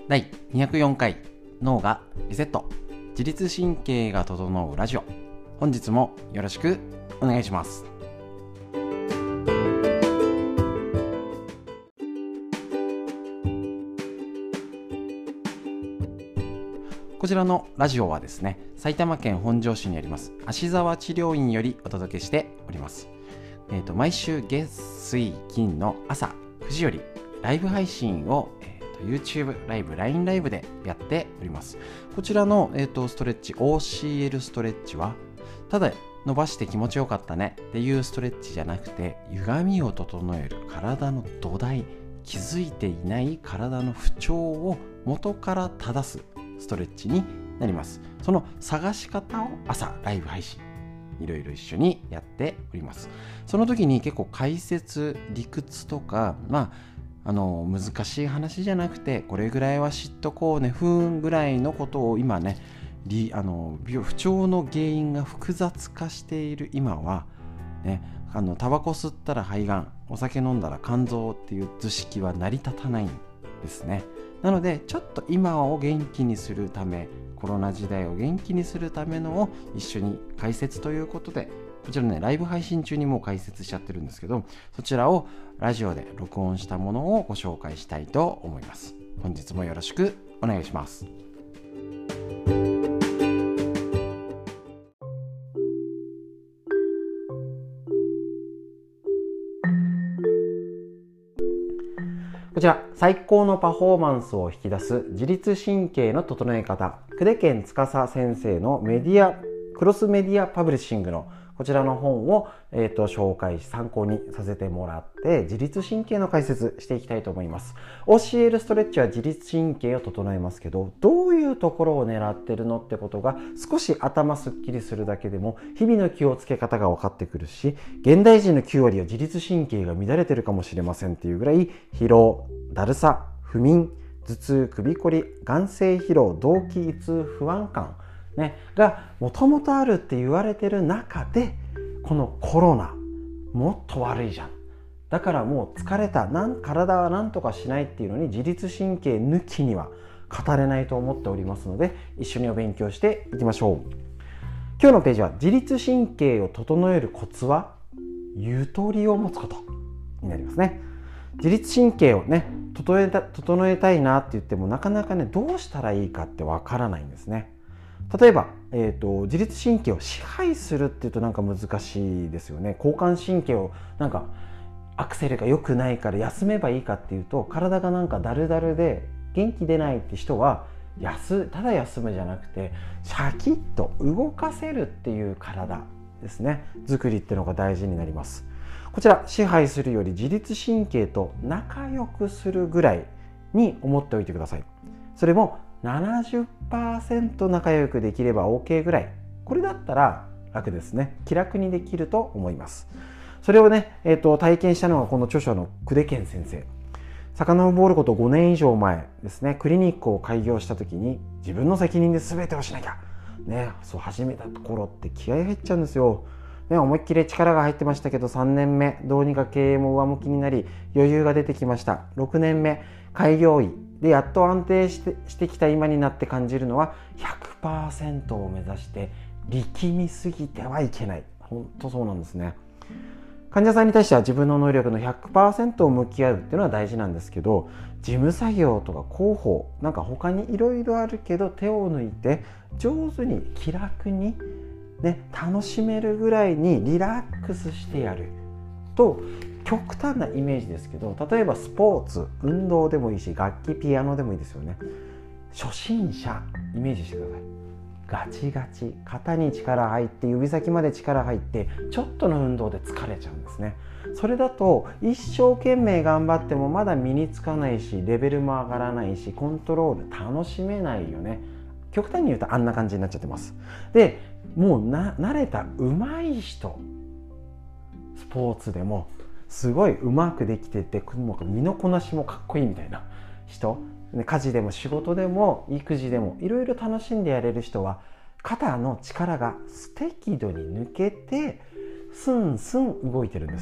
第204回脳がリセット、自律神経が整うラジオ。本日もよろしくお願いします。こちらのラジオはですね、埼玉県本庄市にあります芦沢治療院よりお届けしております。毎週月水金の朝9時よりライブ配信をYouTube ライブ、LINE ライブでやっております。こちらの、ストレッチ、OCL ストレッチは、ただ伸ばして気持ちよかったねっていうストレッチじゃなくて、歪みを整える体の土台、気づいていない体の不調を元から正すストレッチになります。その探し方を朝ライブ配信、いろいろ一緒にやっております。その時に結構解説、理屈とか、難しい話じゃなくて、これぐらいは知っとこうね、ぐらいのことを今ね、不調の原因が複雑化している今はね、タバコ吸ったら肺がん、お酒飲んだら肝臓っていう図式は成り立たないんですね。なのでちょっと今を元気にするため、コロナ時代を元気にするためのを一緒に解説ということで、こちらね、ライブ配信中にもう解説しちゃってるんですけど、そちらをラジオで録音したものをご紹介したいと思います。本日もよろしくお願いします。こちら、最高のパフォーマンスを引き出す自律神経の整え方、久手堅司先生のクロスメディアパブリッシングのこちらの本を、紹介し参考にさせてもらって自律神経の解説していきたいと思います。 OCL ストレッチは自律神経を整えますけど、どういうところを狙ってるのってことが少し頭すっきりするだけでも日々の気をつけ方が分かってくるし、現代人の9割は自律神経が乱れてるかもしれませんっていうぐらい、疲労、だるさ、不眠、頭痛、首こり、眼性疲労、動悸、胃痛、不安感がもともとあるって言われてる中で、このコロナもっと悪いじゃん、だからもう疲れた、体は何とかしないっていうのに自律神経抜きには語れないと思っておりますので、一緒にお勉強していきましょう。今日のページは自律神経を整えるコツはゆとりを持つことになりますね。自律神経をね整えたいなって言っても、なかなかねどうしたらいいかってわからないんですね。例えば、自律神経を支配するっていうとなんか難しいですよね。交感神経をアクセルが良くないから休めばいいかっていうと、体がだるだるで元気出ないって人はただ休むじゃなくて、シャキッと動かせるっていう体ですね、作りっていうのが大事になります。こちら、支配するより自律神経と仲良くするぐらいに思っておいてください。それも70% 仲良くできれば OK ぐらい。これだったら楽ですね。気楽にできると思います。それをね、体験したのがこの著者の久手堅先生。遡ること5年以上前ですね、クリニックを開業した時に、自分の責任で全てをしなきゃそう始めたところって気合入っちゃうんですよ。思いっきり力が入ってましたけど、3年目どうにか経営も上向きになり余裕が出てきました。6年目開業医でやっと安定してきた今になって感じるのは、 100% を目指して力みすぎてはいけない。本当そうなんですね。患者さんに対しては自分の能力の 100% を向き合うっていうのは大事なんですけど、事務作業とか広報他にいろいろあるけど、手を抜いて上手に気楽に楽しめるぐらいにリラックスしてやると、極端なイメージですけど、例えばスポーツ、運動でもいいし、楽器、ピアノでもいいですよね。初心者イメージしてください。ガチガチ、肩に力入って指先まで力入って、ちょっとの運動で疲れちゃうんですね。それだと一生懸命頑張ってもまだ身につかないし、レベルも上がらないし、コントロール楽しめないよね。極端に言うとあんな感じになっちゃってます。で、もう慣れた上手い人、スポーツでもすごいうまくできてて、身のこなしもかっこいいみたいな人、家事でも仕事でも育児でもいろいろ楽しんでやれる人は、肩の力が適度に抜けてスンスン動いてるんです。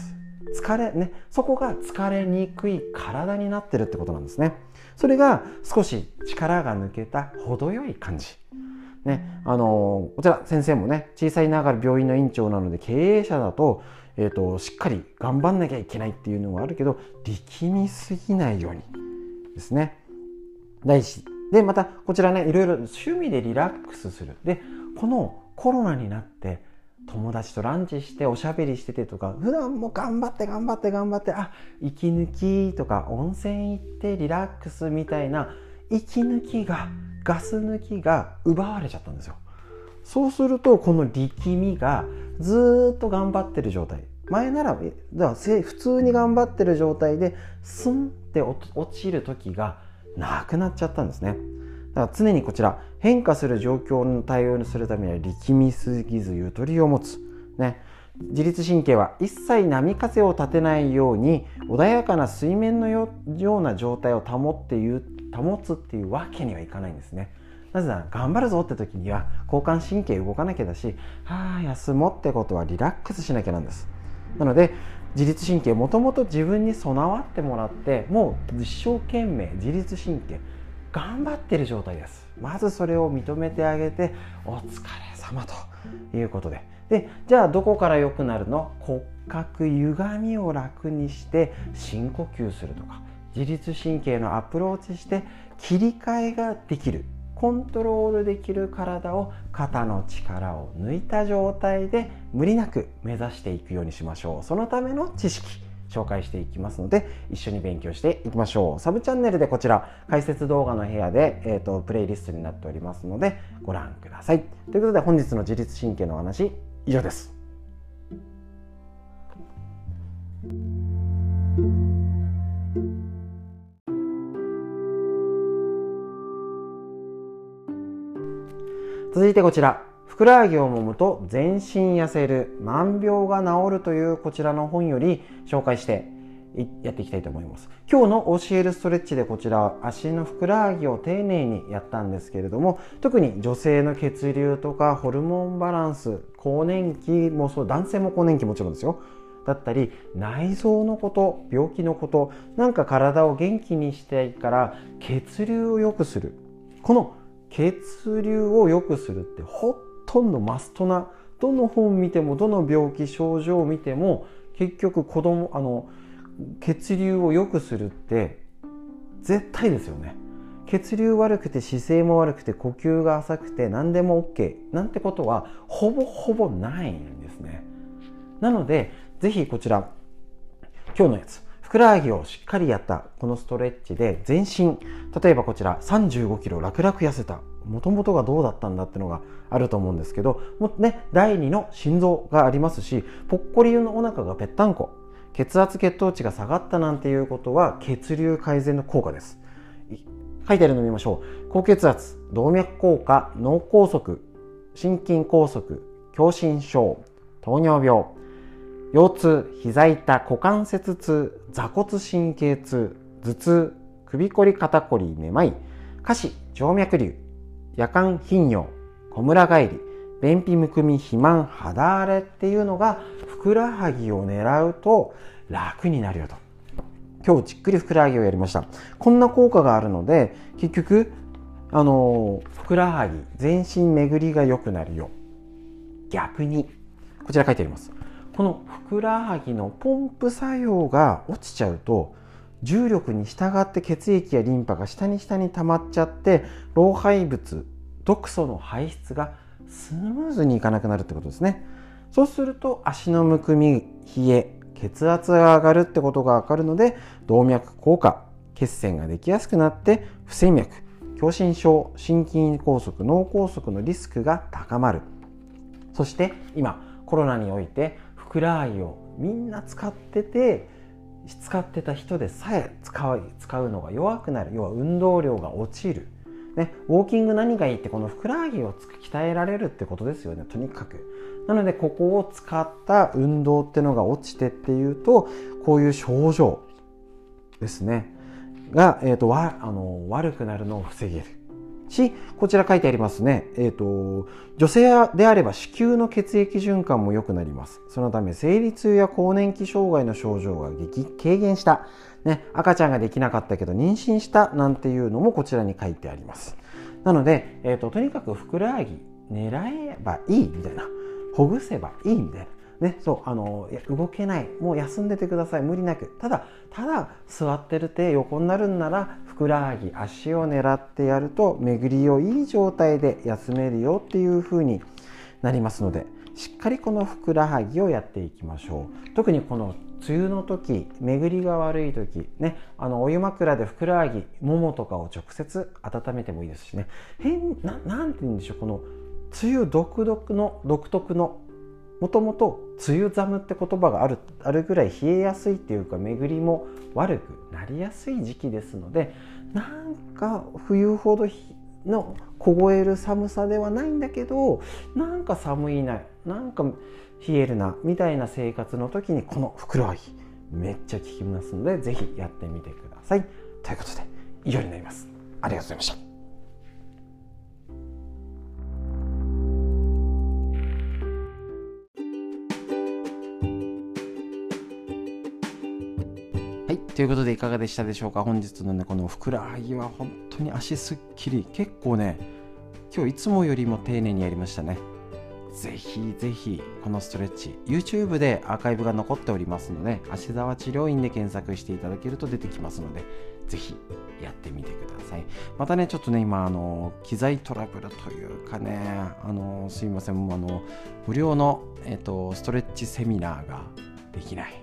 そこが疲れにくい体になってるってことなんですね。それが少し力が抜けた程よい感じ。ね、こちら先生もね、小さいながら病院の院長なので、経営者だと、しっかり頑張んなきゃいけないっていうのがあるけど、力みすぎないようにですね。大事で、またこちらね、いろいろ趣味でリラックスする。で、このコロナになって友達とランチしておしゃべりしててとか、普段も頑張って息抜きとか温泉行ってリラックスみたいな息抜きが、ガス抜きが奪われちゃったんですよ。そうするとこの力みがずっと頑張ってる状態、前なら普通に頑張ってる状態でスンって落ちる時がなくなっちゃったんですね。だから常にこちら、変化する状況の対応にするためには力みすぎずゆとりを持つ、ね、自律神経は一切波風を立てないように穏やかな水面のような状態を保つっていうわけにはいかないんですね。なぜなら頑張るぞって時には交感神経動かなきゃだし、休もうってことはリラックスしなきゃなんです。なので自律神経、もともと自分に備わってもらって、もう一生懸命自律神経頑張ってる状態です。まずそれを認めてあげて、お疲れ様ということで、じゃあどこから良くなるの？骨格歪みを楽にして深呼吸するとか、自律神経のアプローチして切り替えができる、コントロールできる体を、肩の力を抜いた状態で無理なく目指していくようにしましょう。そのための知識紹介していきますので、一緒に勉強していきましょう。サブチャンネルでこちら解説動画の部屋で、プレイリストになっておりますのでご覧ください。ということで本日の自律神経の話、以上です。続いてこちら、ふくらはぎを揉むと全身痩せる、万病が治るというこちらの本より紹介してやっていきたいと思います。今日の教えるストレッチでこちら足のふくらはぎを丁寧にやったんですけれども、特に女性の血流とかホルモンバランス、更年期もそう、男性も更年期もちろんですよ、だったり内臓のこと、病気のこと、なんか体を元気にしたいから血流を良くする、この血流を良くするってほとんどマストな、どの本見てもどの病気症状を見ても結局血流を良くするって絶対ですよね。血流悪くて姿勢も悪くて呼吸が浅くて何でも OK なんてことはほぼほぼないんですね。なのでぜひこちら今日のやつ、ふくらはぎをしっかりやったこのストレッチで全身、例えばこちら35キロ楽々痩せた、もともとがどうだったんだってのがあると思うんですけどもね、第2の心臓がありますし、ぽっこりのお腹がぺったんこ、血圧血糖値が下がったなんていうことは血流改善の効果です。書いてあるの見ましょう。高血圧、動脈硬化、脳梗塞、心筋梗塞、狭心症、糖尿病、腰痛、膝痛、股関節痛、坐骨神経痛、頭痛、首こり肩こりめまい、下肢静脈瘤、夜間頻尿、こむら返り、便秘むくみ肥満肌荒れっていうのがふくらはぎを狙うと楽になるよと。今日じっくりふくらはぎをやりました。こんな効果があるので、結局ふくらはぎ全身巡りが良くなるよ。逆にこちら書いてあります。このふくらはぎのポンプ作用が落ちちゃうと、重力に従って血液やリンパが下に溜まっちゃって、老廃物、毒素の排出がスムーズにいかなくなるってことですね。そうすると足のむくみ、冷え、血圧が上がるってことがわかるので、動脈硬化、血栓ができやすくなって不整脈、狭心症、心筋梗塞、脳梗塞のリスクが高まる。そして今コロナにおいてふくらはぎをみんな使ってた人でさえ使うのが弱くなる、要は運動量が落ちる、ね、ウォーキング何がいいって、このふくらはぎを鍛えられるってことですよね、とにかく。なのでここを使った運動ってのが落ちてっていうと、こういう症状ですねが、悪くなるのを防げる。 し、こちら書いてありますね。女性であれば子宮の血液循環も良くなります。そのため生理痛や更年期障害の症状が軽減した、ね、赤ちゃんができなかったけど妊娠したなんていうのもこちらに書いてあります。なので、とにかくふくらはぎ狙えばいいみたいな、ほぐせばいいみたいな。ね、そう動けない、もう休んでてください、無理なく、ただ座ってるて横になるんならふくらはぎ、足を狙ってやると巡りをいい状態で休めるよっていう風になりますので、しっかりこのふくらはぎをやっていきましょう。特にこの梅雨の時、巡りが悪い時ね、お湯枕でふくらはぎ、ももとかを直接温めてもいいですしね、なんて言うんでしょう、この梅雨独特のもともと梅雨寒って言葉があるぐらい冷えやすいっていうか、巡りも悪くなりやすい時期ですので、なんか冬ほどの凍える寒さではないんだけど、なんか寒いな、なんか冷えるなみたいな生活の時にこのふくらはぎめっちゃ効きますので、ぜひやってみてください。ということで以上になります。ありがとうございました。はい、ということでいかがでしたでしょうか。本日のね、このふくらはぎは本当に足すっきり、結構ね、今日いつもよりも丁寧にやりましたね。ぜひぜひこのストレッチ YouTube でアーカイブが残っておりますので、芦沢治療院で検索していただけると出てきますので、ぜひやってみてください。またね、ちょっとね今機材トラブルというかね、すいません、無料の、ストレッチセミナーができない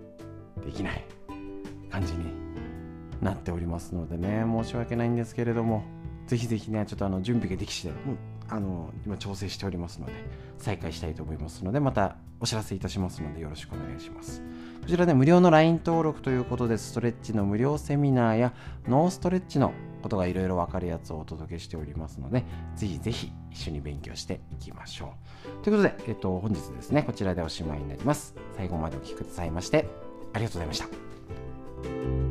感じになっておりますのでね、申し訳ないんですけれども、ぜひぜひね、ちょっと準備ができ次第、今調整しておりますので再開したいと思いますので、またお知らせいたしますのでよろしくお願いします。こちらね、無料の LINE 登録ということで、ストレッチの無料セミナーやノーストレッチのことがいろいろ分かるやつをお届けしておりますので、ぜひぜひ一緒に勉強していきましょう。ということで、本日ですね、こちらでおしまいになります。最後までお聞きくださいましてありがとうございました。